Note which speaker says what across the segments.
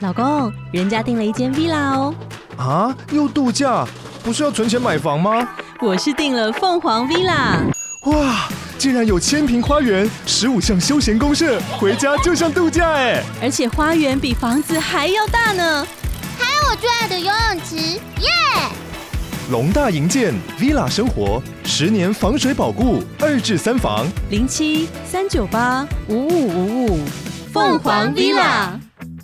Speaker 1: 老公，人家订了一间 villa 哦。
Speaker 2: 啊，又度假？不是要存钱买房吗？
Speaker 1: 我是订了凤凰 villa。
Speaker 2: 哇，竟然有1000坪花园，15项休闲公设，回家就像度假哎！
Speaker 1: 而且花园比房子还要大呢。
Speaker 3: 还有我最爱的游泳池，耶！
Speaker 2: 龙大营建 villa 生活，10年防水保固，2至3房
Speaker 1: 07-398-5555，凤凰 villa。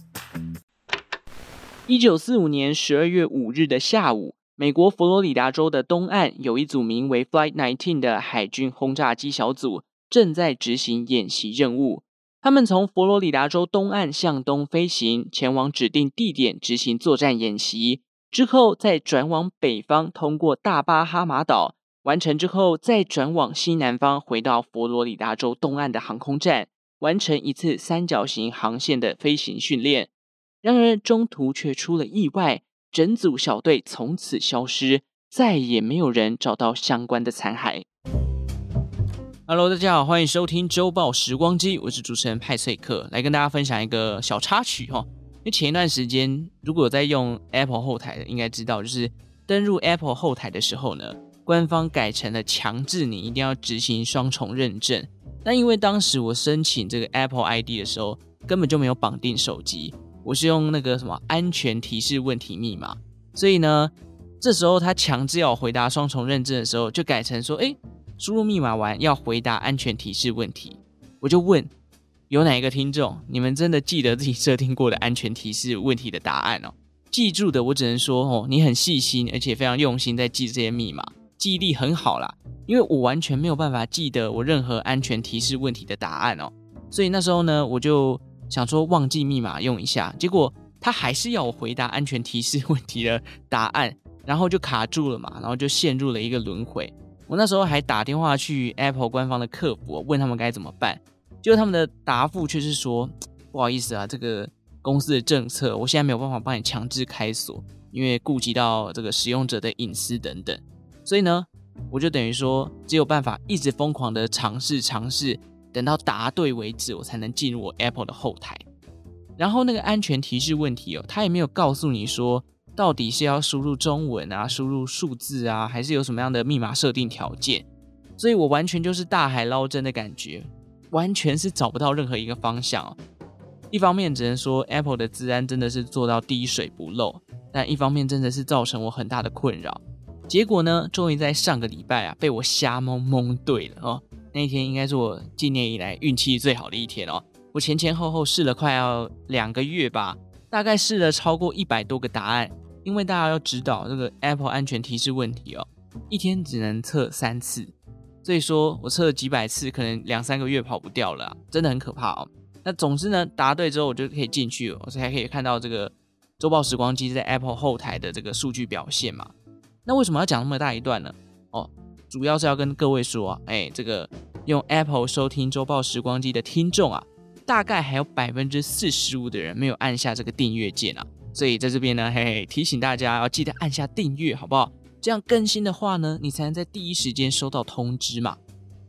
Speaker 4: 1945年12月5日的下午，美国佛罗里达州的东岸有一组名为 Flight 19的海军轰炸机小组正在执行演习任务。他们从佛罗里达州东岸向东飞行，前往指定地点执行作战演习，之后再转往北方通过大巴哈马岛，完成之后再转往西南方回到佛罗里达州东岸的航空站，完成一次三角形航线的飞行训练。然而中途却出了意外，整组小队从此消失，再也没有人找到相关的残骸。Hello， 大家好，欢迎收听周报时光机，我是主持人派翠克，来跟大家分享一个小插曲哈。因为前一段时间，如果有在用 Apple 后台的，应该知道，就是登入 Apple 后台的时候呢，官方改成了强制你一定要执行双重认证。但因为当时我申请这个 Apple ID 的时候，根本就没有绑定手机。我是用那个什么安全提示问题密码，所以呢，这时候他强制要我回答双重认证的时候，就改成说，输入密码完要回答安全提示问题。我就问，有哪一个听众，你们真的记得自己设定过的安全提示问题的答案哦？记住的，我只能说你很细心，而且非常用心在记这些密码，记忆力很好啦。因为我完全没有办法记得我任何安全提示问题的答案哦，所以那时候呢，我就想说忘记密码用一下，结果他还是要我回答安全提示问题的答案，然后就卡住了嘛，然后就陷入了一个轮回。我那时候还打电话去 Apple 官方的客服，问他们该怎么办，结果他们的答复却是说，不好意思啊，这个公司的政策，我现在没有办法帮你强制开锁，因为顾及到这个使用者的隐私等等。所以呢，我就等于说只有办法一直疯狂的尝试，等到答对为止，我才能进入我 Apple 的后台。然后那个安全提示问题他也没有告诉你说到底是要输入中文啊，输入数字啊，还是有什么样的密码设定条件。所以我完全就是大海捞针的感觉，完全是找不到任何一个方向一方面只能说 Apple 的资安真的是做到滴水不漏，但一方面真的是造成我很大的困扰。结果呢，终于在上个礼拜被我瞎蒙对了那一天应该是我今年以来运气最好的一天我前后试了快要2个月吧，大概试了超过100多个答案。因为大家要知道这个 Apple 安全提示问题一天只能测3次，所以说我测了几百次，可能2-3个月跑不掉了真的很可怕那总之呢，答对之后我就可以进去我才可以看到这个周报时光机在 Apple 后台的这个数据表现嘛。那为什么要讲那么大一段呢？主要是要跟各位说这个用 Apple 收听周报时光机的听众大概还有 45% 的人没有按下这个订阅键所以在这边呢，提醒大家要记得按下订阅，好不好？这样更新的话呢，你才能在第一时间收到通知嘛。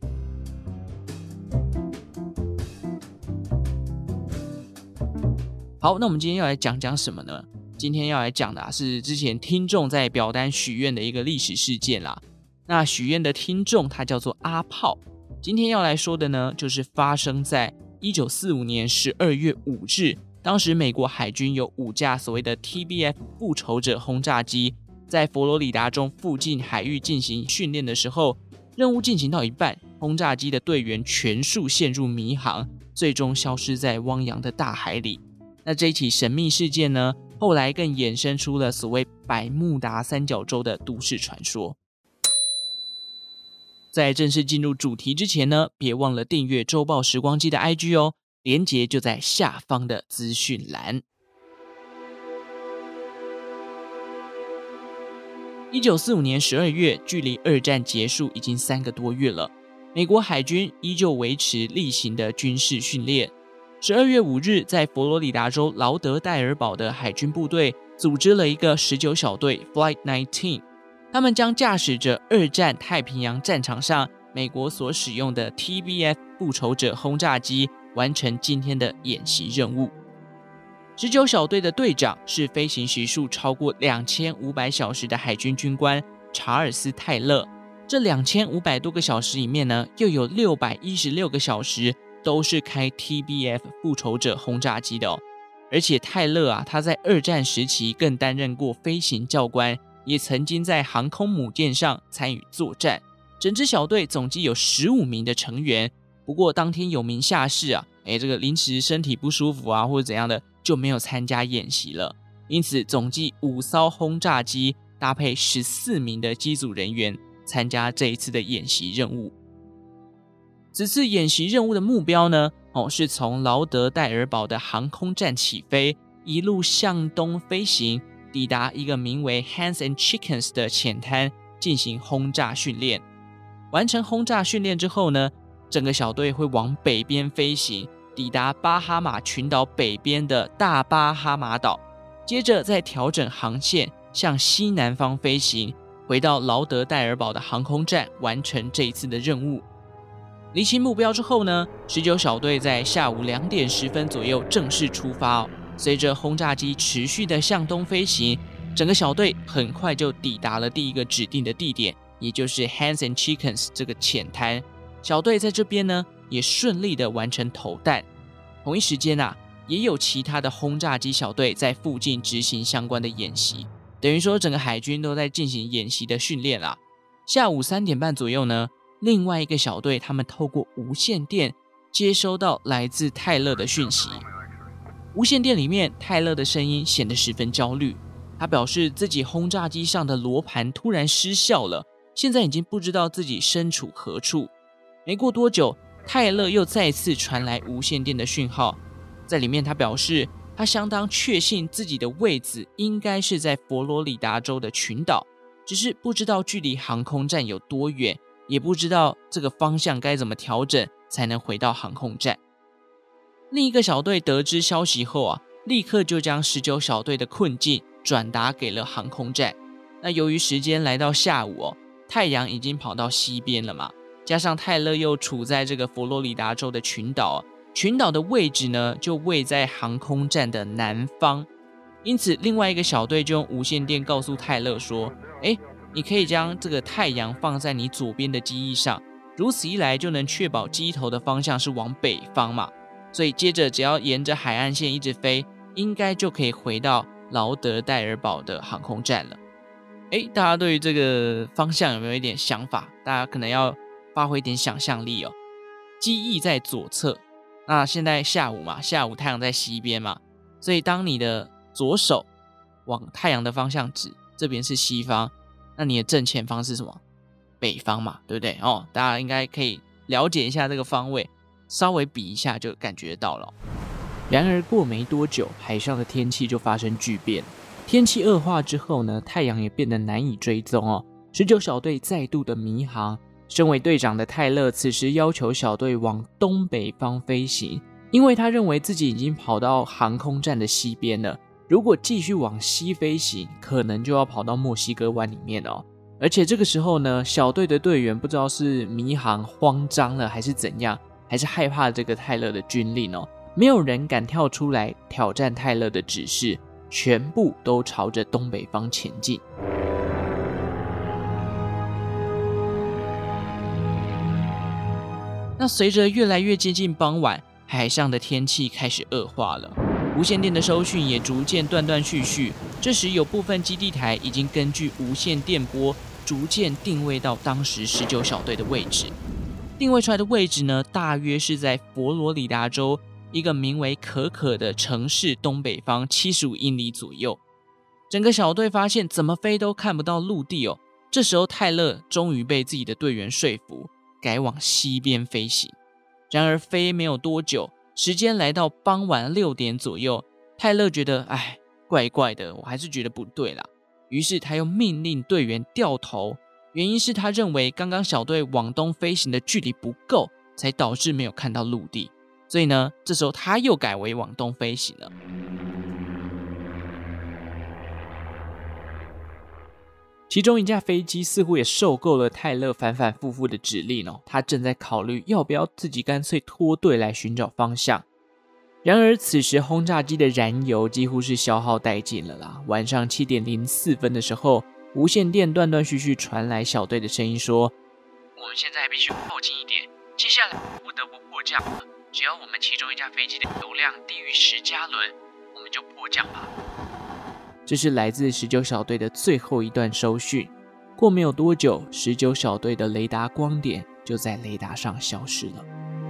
Speaker 4: 好，那我们今天要来讲什么呢？今天要来讲的是之前听众在表单许愿的一个历史事件啦。那许愿的听众他叫做阿炮，今天要来说的呢，就是发生在1945年12月5日，当时美国海军有5架所谓的 TBF 复仇者轰炸机在佛罗里达州附近海域进行训练的时候，任务进行到一半，轰炸机的队员全数陷入迷航，最终消失在汪洋的大海里。那这一起神秘事件呢，后来更衍生出了所谓百慕达三角洲的都市传说。在正式进入主题之前呢，别忘了订阅周报时光机的 IG连结就在下方的资讯栏。1945年12月，距离2战结束已经3个多月了，美国海军依旧维持例行的军事训练。12月5日，在佛罗里达州劳德代尔堡的海军部队组织了一个19小队 Flight 19，他们将驾驶着2战太平洋战场上美国所使用的 TBF 复仇者轰炸机，完成今天的演习任务。 19小队的队长是飞行时数超过2500小时的海军军官查尔斯·泰勒。这2500多个小时里面呢，又有616个小时都是开 TBF 复仇者轰炸机的哦。而且泰勒啊，他在2战时期更担任过飞行教官，也曾经在航空母舰上参与作战。整支小队总计有15名的成员，不过当天有名下士啊，这个临时身体不舒服啊，或者怎样的，就没有参加演习了。因此总计5艘轰炸机搭配14名的机组人员参加这一次的演习任务。此次演习任务的目标呢，是从劳德代尔堡的航空站起飞，一路向东飞行，抵达一个名为 Hens and Chickens 的浅滩进行轰炸训练。完成轰炸训练之后呢，整个小队会往北边飞行，抵达巴哈马群岛北边的大巴哈马岛，接着再调整航线向西南方飞行，回到劳德代尔堡的航空站完成这一次的任务。离清目标之后呢，19小队在下午2点10分左右正式出发随着轰炸机持续的向东飞行，整个小队很快就抵达了第一个指定的地点，也就是 Hens and Chickens 这个浅滩。小队在这边呢也顺利的完成投弹。同一时间啊，也有其他的轰炸机小队在附近执行相关的演习，等于说整个海军都在进行演习的训练啦。下午3点半左右呢，另外一个小队他们透过无线电接收到来自泰勒的讯息。无线电里面泰勒的声音显得十分焦虑，他表示自己轰炸机上的罗盘突然失效了，现在已经不知道自己身处何处。没过多久，泰勒又再次传来无线电的讯号，在里面他表示他相当确信自己的位置应该是在佛罗里达州的群岛，只是不知道距离航空站有多远，也不知道这个方向该怎么调整才能回到航空站。另一个小队得知消息后啊，立刻就将19小队的困境转达给了航空站。那由于时间来到下午太阳已经跑到西边了嘛，加上泰勒又处在这个佛罗里达州的群岛，群岛的位置呢就位在航空站的南方，因此另外一个小队就用无线电告诉泰勒说，你可以将这个太阳放在你左边的机翼上，如此一来就能确保机头的方向是往北方嘛，所以接着只要沿着海岸线一直飞，应该就可以回到劳德代尔堡的航空站了。大家对于这个方向有没有一点想法？大家可能要发挥一点想象力哦。机翼在左侧，那现在下午嘛，下午太阳在西边嘛，所以当你的左手往太阳的方向指，这边是西方，那你的正前方是什么？北方嘛，对不对？大家应该可以了解一下这个方位，稍微比一下就感觉到了。然而过没多久，海上的天气就发生巨变。天气恶化之后呢，太阳也变得难以追踪19小队再度的迷航。身为队长的泰勒此时要求小队往东北方飞行，因为他认为自己已经跑到航空站的西边了，如果继续往西飞行，可能就要跑到墨西哥湾里面而且这个时候呢，小队的队员不知道是迷航慌张了还是怎样，还是害怕这个泰勒的军令没有人敢跳出来挑战泰勒的指示，全部都朝着东北方前进。那随着越来越接近傍晚，海上的天气开始恶化了，无线电的收讯也逐渐断断续续。这时有部分基地台已经根据无线电波逐渐定位到当时19小队的位置。定位出来的位置呢，大约是在佛罗里达州一个名为可可的城市东北方75英里左右。整个小队发现怎么飞都看不到陆地这时候泰勒终于被自己的队员说服，改往西边飞行。然而飞没有多久，时间来到傍晚6点左右，泰勒觉得怪怪的，我还是觉得不对啦。于是他又命令队员掉头，原因是他认为刚刚小队往东飞行的距离不够，才导致没有看到陆地。所以呢，这时候他又改为往东飞行了。其中一架飞机似乎也受够了泰勒反反复复的指令他正在考虑要不要自己干脆脱队来寻找方向。 然而此时轰炸机的燃油几乎是消耗殆尽了啦。晚上7点04分的时候，无线电断断续续传来小队的声音说，我们现在必须靠近一点，接下来不得不迫降了，只要我们其中一架飞机的油量低于10加仑，我们就迫降吧。这是来自19小队的最后一段收讯。过没有多久，19小队的雷达光点就在雷达上消失了。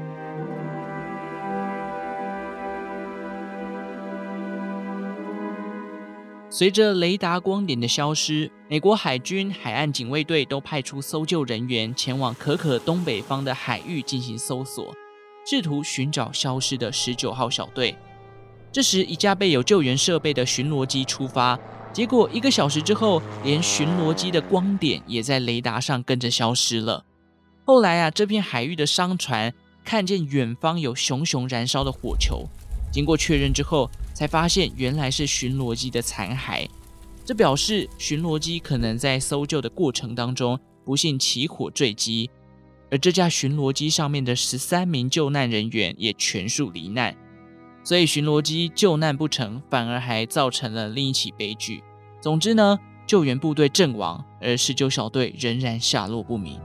Speaker 4: 随着雷达光点的消失，美国海军海岸警卫队都派出搜救人员前往可可东北方的海域进行搜索，试图寻找消失的19号小队。这时，一架备有救援设备的巡逻机出发，结果1个小时之后，连巡逻机的光点也在雷达上跟着消失了。后来这片海域的商船看见远方有熊熊燃烧的火球，经过确认之后，才发现原来是巡逻机的残骸。这表示巡逻机可能在搜救的过程当中不幸起火坠机，而这架巡逻机上面的13名救难人员也全数罹难。所以巡逻机救难不成，反而还造成了另一起悲剧。总之呢，救援部队阵亡，而19小队仍然下落不明。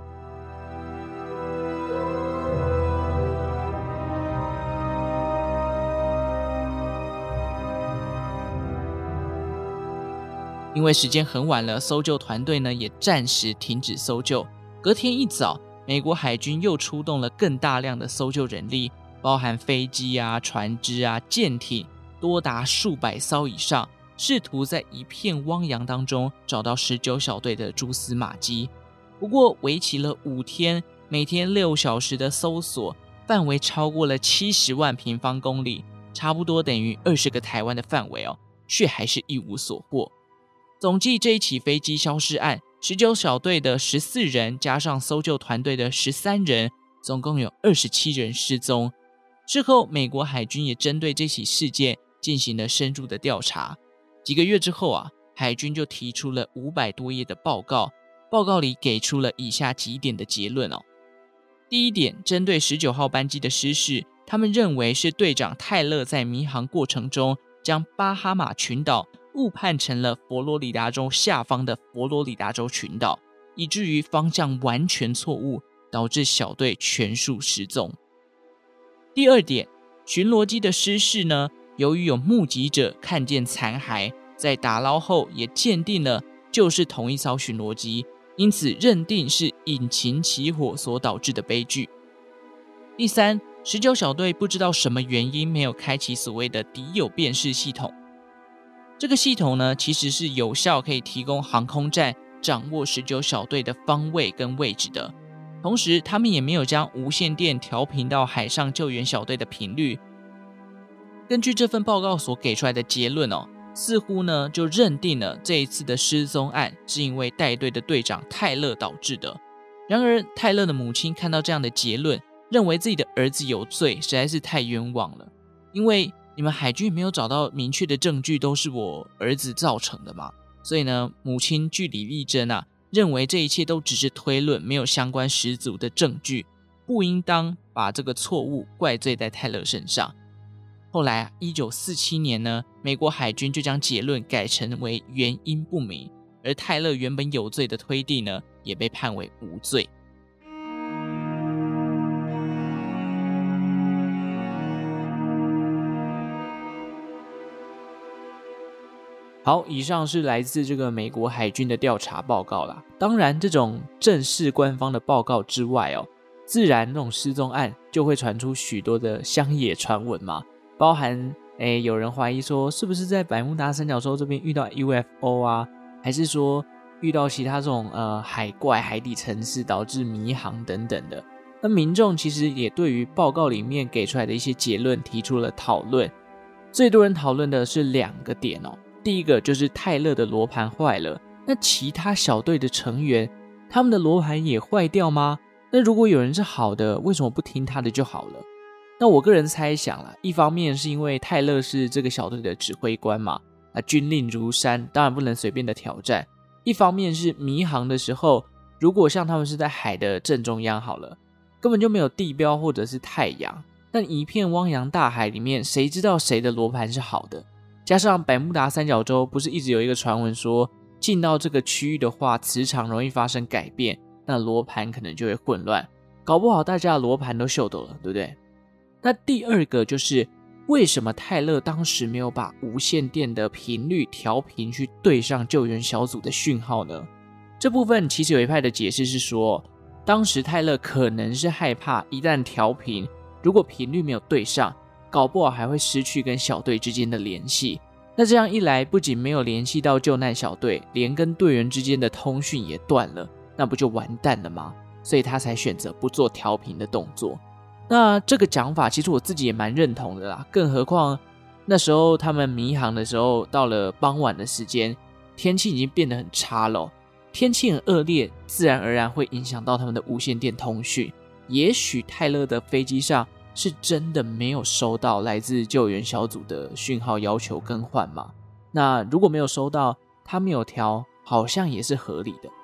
Speaker 4: 因为时间很晚了，搜救团队呢也暂时停止搜救。隔天一早，美国海军又出动了更大量的搜救人力，包含飞机船只舰艇，多达数百艘以上，试图在一片汪洋当中找到19小队的蛛丝马迹。不过为期了5天，每天6小时的搜索，范围超过了70万平方公里，差不多等于20个台湾的范围却还是一无所获。总计这一起飞机消失案，19小队的14人加上搜救团队的13人，总共有27人失踪。事后美国海军也针对这起事件进行了深入的调查。几个月之后海军就提出了500多页的报告，报告里给出了以下几点的结论第一点，针对19号班机的失事，他们认为是队长泰勒在迷航过程中将巴哈马群岛误判成了佛罗里达州下方的佛罗里达州群岛，以至于方向完全错误，导致小队全数失踪。第二点，巡逻机的失事呢，由于有目击者看见残骸，在打捞后也鉴定了就是同一艘巡逻机，因此认定是引擎起火所导致的悲剧。第三，19小队不知道什么原因没有开启所谓的敌友辨识系统。这个系统呢，其实是有效可以提供航空站掌握19小队的方位跟位置的。同时他们也没有将无线电调频到海上救援小队的频率。根据这份报告所给出来的结论似乎呢就认定了这一次的失踪案是因为带队的队长泰勒导致的。然而泰勒的母亲看到这样的结论，认为自己的儿子有罪，实在是太冤枉了。因为你们海军没有找到明确的证据都是我儿子造成的嘛，所以呢母亲据理力争认为这一切都只是推论，没有相关十足的证据，不应当把这个错误怪罪在泰勒身上。后来1947年呢，美国海军就将结论改成为原因不明，而泰勒原本有罪的推定呢，也被判为无罪。好，以上是来自这个美国海军的调查报告啦。当然这种正式官方的报告之外自然那种失踪案就会传出许多的乡野传闻嘛，包含有人怀疑说是不是在百慕达三角洲这边遇到 UFO 还是说遇到其他这种海怪、海底城市导致迷航等等的。那民众其实也对于报告里面给出来的一些结论提出了讨论。最多人讨论的是2个点第一个就是泰勒的罗盘坏了，那其他小队的成员他们的罗盘也坏掉吗？那如果有人是好的，为什么不听他的就好了？那我个人猜想啦，一方面是因为泰勒是这个小队的指挥官嘛，军令如山，当然不能随便的挑战。一方面是迷航的时候，如果像他们是在海的正中央好了，根本就没有地标或者是太阳， 但一片汪洋大海里面，谁知道谁的罗盘是好的？加上百慕达三角洲不是一直有一个传闻说，进到这个区域的话，磁场容易发生改变，那罗盘可能就会混乱，搞不好大家的罗盘都秀逗了，对不对？那第二个就是为什么泰勒当时没有把无线电的频率调频去对上救援小组的讯号呢？这部分其实有一派的解释是说，当时泰勒可能是害怕一旦调频，如果频率没有对上，搞不好还会失去跟小队之间的联系。那这样一来，不仅没有联系到救难小队，连跟队员之间的通讯也断了，那不就完蛋了吗？所以他才选择不做调频的动作。那这个讲法其实我自己也蛮认同的啦，更何况那时候他们迷航的时候，到了傍晚的时间，天气已经变得很差了，天气很恶劣，自然而然会影响到他们的无线电通讯。也许泰勒的飞机上是真的没有收到来自救援小组的讯号要求更换嘛？那如果没有收到，他没有调，好像也是合理的。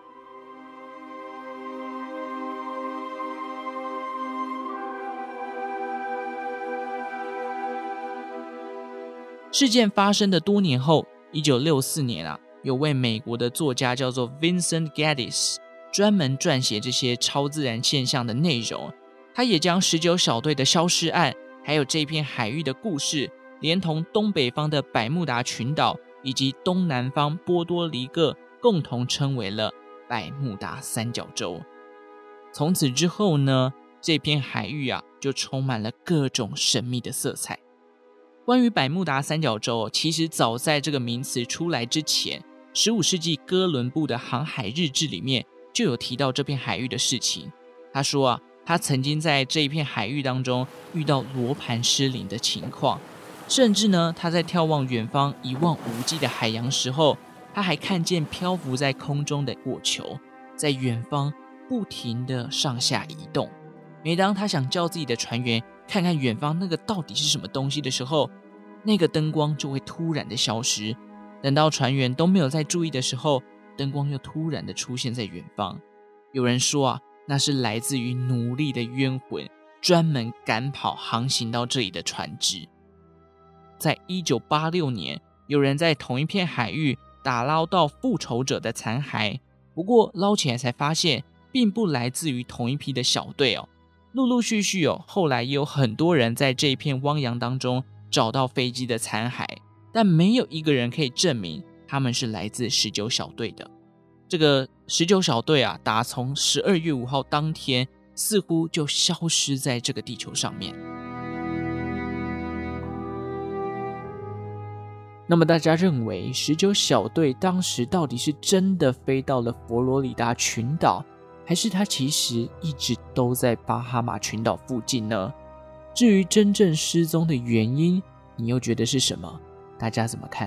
Speaker 4: 事件发生的多年后，1964年有位美国的作家叫做 Vincent Gaddis， 专门撰写这些超自然现象的内容。他也将19小队的消失案，还有这片海域的故事，连同东北方的百慕达群岛以及东南方波多黎各，共同称为了百慕达三角洲。从此之后呢，这片海域就充满了各种神秘的色彩。关于百慕达三角洲，其实早在这个名词出来之前，15世纪哥伦布的航海日志里面就有提到这片海域的事情。他说他曾经在这一片海域当中遇到罗盘失灵的情况，甚至呢，他在眺望远方一望无际的海洋时候，他还看见漂浮在空中的火球在远方不停的上下移动。每当他想叫自己的船员看看远方那个到底是什么东西的时候，那个灯光就会突然的消失，等到船员都没有在注意的时候，灯光又突然的出现在远方。有人说那是来自于奴隶的冤魂专门赶跑航行到这里的船只。在1986年，有人在同一片海域打捞到复仇者的残骸，不过捞起来才发现并不来自于同一批的小队陆陆续续后来也有很多人在这一片汪洋当中找到飞机的残骸，但没有一个人可以证明他们是来自19小队的。这个19小队打从12月5号当天似乎就消失在这个地球上面。那么大家认为19小队当时到底是真的飞到了佛罗里达群岛，还是他其实一直都在巴哈马群岛附近呢？至于真正失踪的原因，你又觉得是什么？大家怎么看？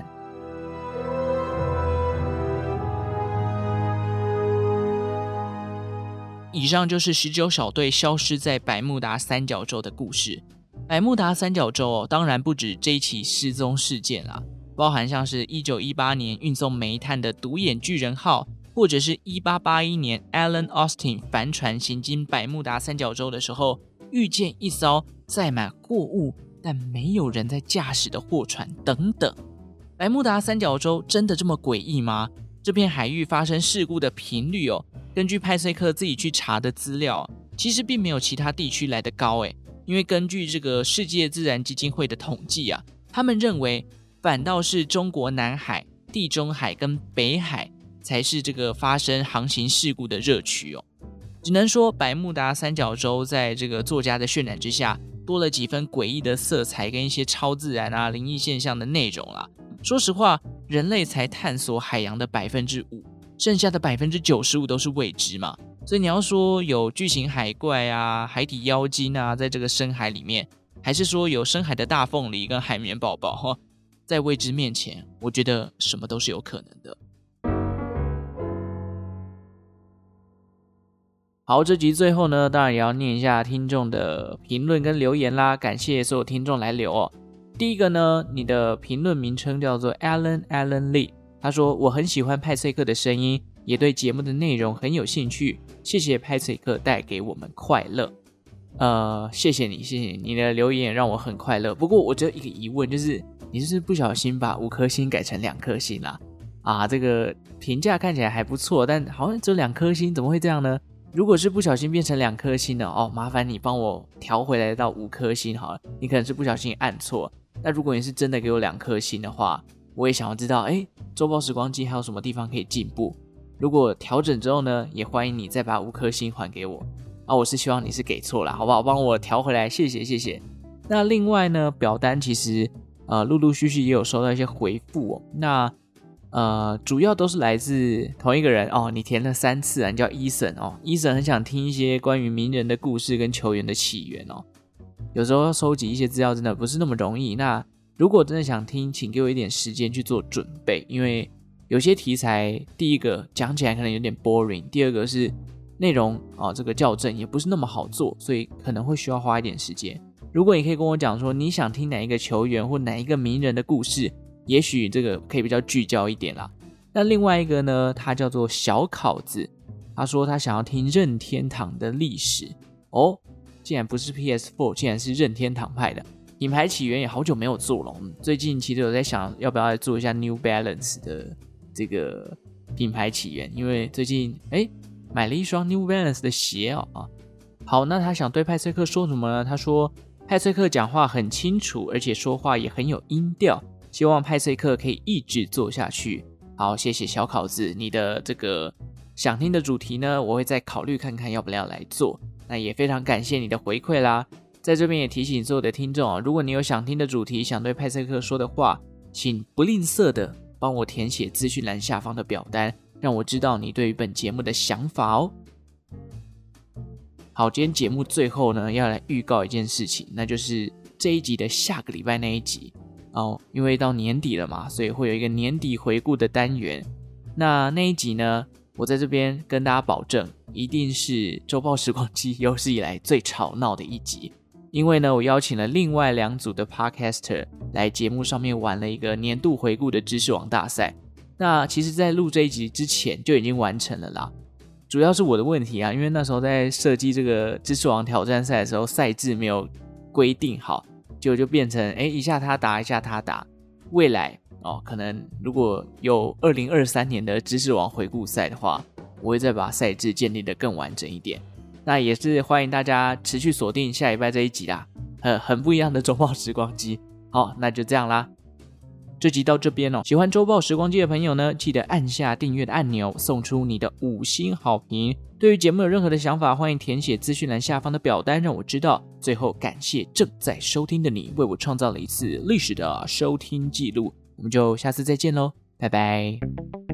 Speaker 4: 以上就是19小队消失在百慕达三角洲的故事。百慕达三角洲当然不止这一起失踪事件啦，包含像是1918年运送煤炭的独眼巨人号，或者是1881年 Alan Austin 帆船行经百慕达三角洲的时候，遇见一艘载满货物但没有人在驾驶的货船等等。百慕达三角洲真的这么诡异吗？这片海域发生事故的频率根据派翠克自己去查的资料，其实并没有其他地区来得高因为根据这个世界自然基金会的统计他们认为反倒是中国南海、地中海跟北海才是这个发生航行事故的热区只能说百慕达三角洲在这个作家的渲染之下，多了几分诡异的色彩跟一些超自然灵异现象的内容啦。说实话，人类才探索海洋的 5%， 剩下的 95% 都是未知嘛。所以你要说有巨型海怪海底妖精在这个深海里面，还是说有深海的大凤梨跟海绵宝宝在未知面前，我觉得什么都是有可能的。好，这集最后呢，当然也要念一下听众的评论跟留言啦，感谢所有听众来留第一个呢，你的评论名称叫做 Alan Lee， 他说我很喜欢派翠克的声音，也对节目的内容很有兴趣，谢谢派翠克带给我们快乐。 谢谢你，谢谢你的留言也让我很快乐。不过我只有一个疑问，就是你是不是不小心把5颗星改成2颗星啦？这个评价看起来还不错，但好像只有2颗星，怎么会这样呢？如果是不小心变成2颗星的麻烦你帮我调回来到5颗星好了。你可能是不小心按错，那如果你是真的给我2颗星的话，我也想要知道，周报时光机还有什么地方可以进步？如果调整之后呢，也欢迎你再把5颗星还给我。我是希望你是给错啦，好不好？帮我调回来，谢谢谢谢。那另外呢，表单其实陆陆续续也有收到一些回复那主要都是来自同一个人你填了3次你叫 Eason 很想听一些关于名人的故事跟球员的起源有时候要收集一些资料真的不是那么容易。那如果真的想听，请给我一点时间去做准备，因为有些题材第一个讲起来可能有点 boring， 第二个是内容这个校正也不是那么好做，所以可能会需要花一点时间。如果你可以跟我讲说你想听哪一个球员或哪一个名人的故事，也许这个可以比较聚焦一点啦。那另外一个呢，他叫做小考子，他说他想要听任天堂的历史竟然不是 PS4， 竟然是任天堂派的。品牌起源也好久没有做了，最近其实有在想要不要来做一下 New Balance 的这个品牌起源，因为最近买了一双 New Balance 的鞋好，那他想对派翠克说什么呢？他说派翠克讲话很清楚，而且说话也很有音调，希望派翠克可以一直做下去。好，谢谢小考子，你的这个想听的主题呢，我会再考虑看看要不要来做。那也非常感谢你的回馈啦。在这边也提醒所有的听众如果你有想听的主题，想对派翠克说的话，请不吝啬的帮我填写资讯栏下方的表单，让我知道你对于本节目的想法好，今天节目最后呢，要来预告一件事情，那就是这一集的下个礼拜那一集因为到年底了嘛，所以会有一个年底回顾的单元。那一集呢，我在这边跟大家保证，一定是周报时光机有史以来最吵闹的一集。因为呢，我邀请了另外2组的 podcaster 来节目上面玩了一个年度回顾的知识网大赛。那其实在录这一集之前就已经完成了啦，主要是我的问题因为那时候在设计这个知识网挑战赛的时候，赛制没有规定好，结果就变成一下他答一下他答。未来可能如果有2023年的知识网回顾赛的话，我会再把赛制建立得更完整一点。那也是欢迎大家持续锁定下礼拜这一集啦，很不一样的周报时光机。好，那就这样啦，这集到这边喜欢周报时光机的朋友呢，记得按下订阅的按钮，送出你的5星好评。对于节目有任何的想法，欢迎填写资讯栏下方的表单让我知道。最后感谢正在收听的你，为我创造了一次历史的收听记录。我们就下次再见咯，拜拜。